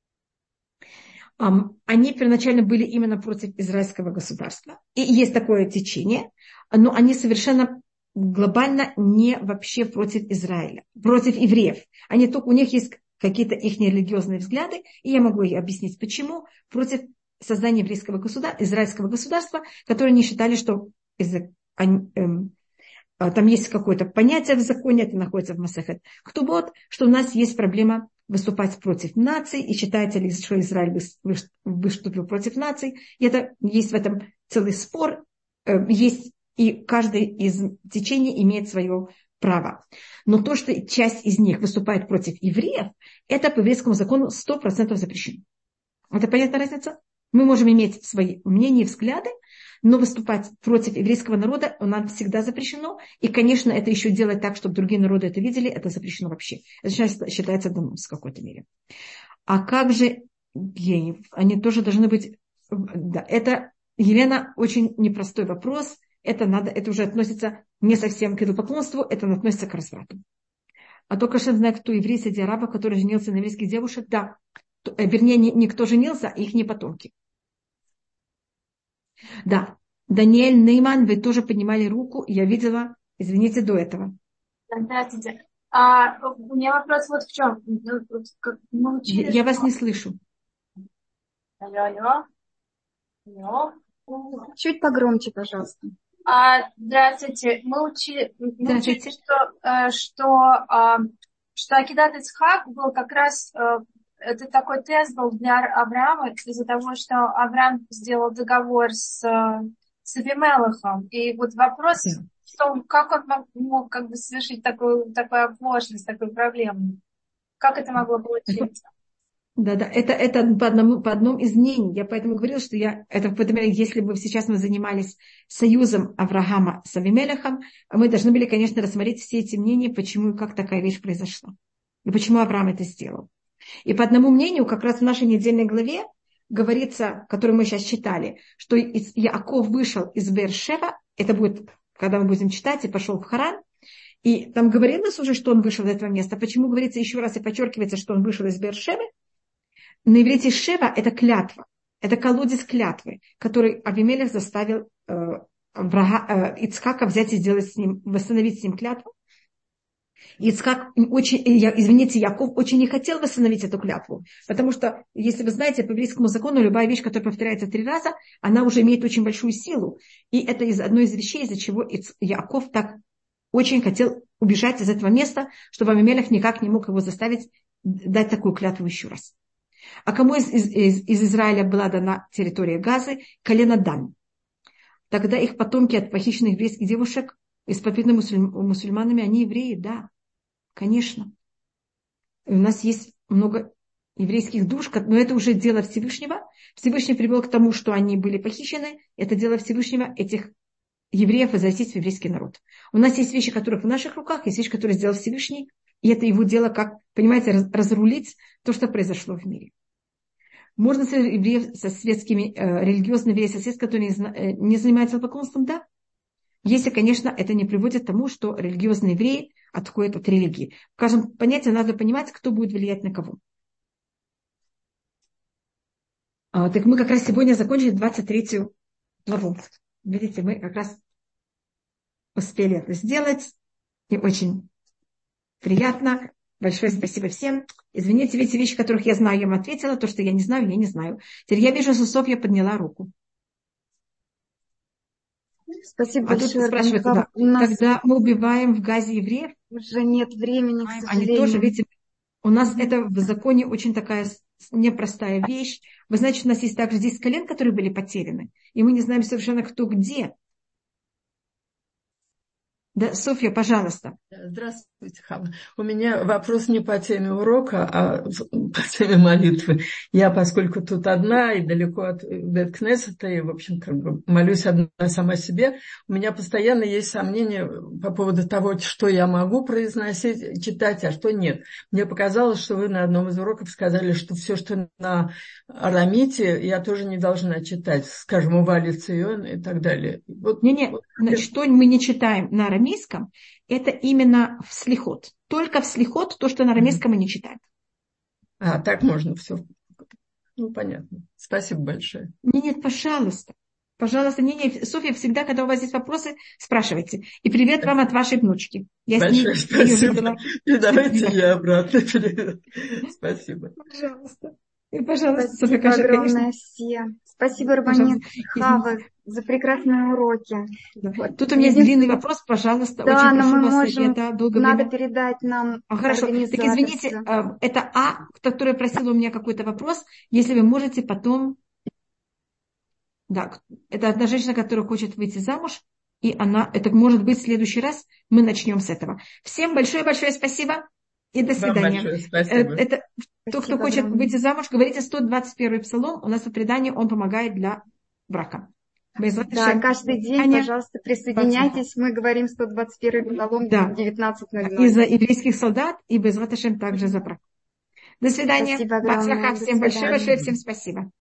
Они первоначально были именно против израильского государства. И есть такое течение, но они совершенно глобально не вообще против Израиля, против евреев. Они только, у них есть какие-то их религиозные взгляды, и я могу объяснить, почему, против создания еврейского государства, израильского государства, которые не считали, что из, они, эм, там есть какое-то понятие в законе, это находится в Масехет Ктубот, что у нас есть проблема выступать против наций, и считается ли, что Израиль выступил против наций. И это есть в этом целый спор, есть, и каждый из течений имеет свое право. Но то, что часть из них выступает против евреев, это по еврейскому закону сто процентов запрещено. Это понятная разница? Мы можем иметь свои мнения и взгляды, но выступать против еврейского народа нам всегда запрещено. И, конечно, это еще делать так, чтобы другие народы это видели, это запрещено вообще. Это считается донос в какой-то мере. А как же геи? Они тоже должны быть... Да, это, Елена, очень непростой вопрос. Это, надо, это уже относится не совсем к идолопоклонству, это относится к разврату. А только что знаю, кто еврей среди арабов, который женился на еврейских девушек. Да, вернее, никто женился, а их не потомки. Да, Даниэль Нейман, вы тоже поднимали руку, я видела, извините, до этого. Здравствуйте. А, у меня вопрос вот в чем. Мы учили, я, я что... вас не слышу. Алло, алло. Алло. Чуть погромче, пожалуйста. А, здравствуйте. Мы учили, мы здравствуйте. учили что, что, что Акидат Ицхак был как раз... Это такой тест был для Авраама из-за того, что Авраам сделал договор с, с Авимелехом. И вот вопрос Да. в том, как он мог, мог как бы совершить такую, такую оплошность, такую проблему. Как это могло получиться? Да, да, это, это по, одному, по одному из мнений. Я поэтому говорила, что я, это, если бы сейчас мы занимались союзом Авраама с Авимелехом, мы должны были, конечно, рассмотреть все эти мнения, почему и как такая вещь произошла. И почему Авраам это сделал. И по одному мнению, как раз в нашей недельной главе говорится, которую мы сейчас читали, что Яаков вышел из Беэр-Шева, это будет, когда мы будем читать, и пошел в Харан, и там говорилось уже, что он вышел из этого места. Почему говорится еще раз и подчеркивается, что он вышел из Беэр-Шевы? На иврите Шева – это клятва, это колодец клятвы, который Авимелех заставил э, врага, э, Ицхака взять и сделать с ним, восстановить с ним клятву. Ицхак очень, извините, Яков очень не хотел восстановить эту клятву, потому что, если вы знаете, по еврейскому закону любая вещь, которая повторяется три раза, она уже имеет очень большую силу. И это из одной из вещей, из-за чего Яков так очень хотел убежать из этого места, чтобы Авимелех никак не мог его заставить дать такую клятву еще раз. А кому из, из, из, из Израиля была дана территория Газы? Колено Дан. Тогда их потомки от похищенных еврейских девушек, исповеданы мусульманами, они евреи, да, конечно. И у нас есть много еврейских душ, но это уже дело Всевышнего. Всевышний привел к тому, что они были похищены. Это дело Всевышнего, этих евреев возвратить в еврейский народ. У нас есть вещи, которые в наших руках, есть вещи, которые сделал Всевышний. И это его дело, как, понимаете, разрулить то, что произошло в мире. Можно со евреев, со светскими, э, религиозными евреями, со светскими, которые не, э, не занимаются поклонством, да. Если, конечно, это не приводит к тому, что религиозные евреи отходят от религии. В каждом понятии надо понимать, кто будет влиять на кого. А, так мы как раз сегодня закончили двадцать третью главу. Видите, мы как раз успели это сделать. И очень приятно. Большое спасибо всем. Извините, видите, вещи, которых я знаю, я вам ответила. То, что я не знаю, я не знаю. Теперь я вижу, что Софья подняла руку. Спасибо а большое. Тут спрашивают, да, нас... когда мы убиваем в Газе евреев, уже нет времени, к сожалению. Они тоже, видите, у нас mm-hmm. это в законе очень такая непростая вещь. Вы знаете, у нас есть также десять колен, которые были потеряны, и мы не знаем совершенно, кто где. Да, Софья, пожалуйста. Здравствуйте, Хава. У меня вопрос не по теме урока, а по теме молитвы. Я, поскольку тут одна и далеко от Бет-Кнессета, и, в общем, как бы молюсь одна сама себе, у меня постоянно есть сомнения по поводу того, что я могу произносить, читать, а что нет. Мне показалось, что вы на одном из уроков сказали, что все, что на арамите, я тоже не должна читать, скажем, Ували Цион и так далее. Вот, Не-не, вот, что мы не читаем на арамейском, это именно в слихот. Только в слихот то, что на арамейском мы не читаем. А, так можно все. Ну, понятно. Спасибо большое. Нет, нет, пожалуйста. Пожалуйста, не, не, Софья, всегда, когда у вас есть вопросы, спрашивайте. И привет вам от вашей внучки. Я большое с ней, спасибо. И давайте я обратно привет. Спасибо. Пожалуйста. И, пожалуйста, спасибо Софья, конечно, огромное всем. Спасибо, Рабанит Хава. за прекрасные уроки. Вот. Тут у меня есть длинный вопрос, пожалуйста, да, очень прошу но мы вас, можем, это долго надо время. передать нам А, хорошо, так извините, это А, которая просила у меня какой-то вопрос, если вы можете потом... Да, это одна женщина, которая хочет выйти замуж, и она, это может быть в следующий раз, мы начнем с этого. Всем большое-большое спасибо и до свидания. Вам большое спасибо. Это, тот, кто хочет огромное. выйти замуж, говорите сто двадцать первый псалом, у нас в предании он помогает для брака. Да, каждый день, Аня, пожалуйста, присоединяйтесь. Мы говорим сто двадцать первый псалом да. в девятнадцать ноль ноль. И за еврейских солдат, и без Раташем также за брак. До свидания. Спасибо огромное. Всем большое-большое, всем спасибо.